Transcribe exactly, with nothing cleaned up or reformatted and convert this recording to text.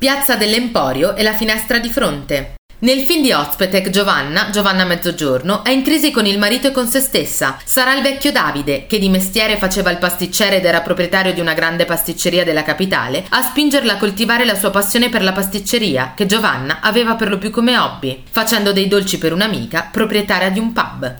Piazza dell'Emporio e la finestra di fronte. Nel film di Ozpetek, Giovanna, Giovanna Mezzogiorno, è in crisi con il marito e con se stessa. Sarà il vecchio Davide, che di mestiere faceva il pasticcere ed era proprietario di una grande pasticceria della capitale, a spingerla a coltivare la sua passione per la pasticceria, che Giovanna aveva per lo più come hobby, facendo dei dolci per un'amica, proprietaria di un pub.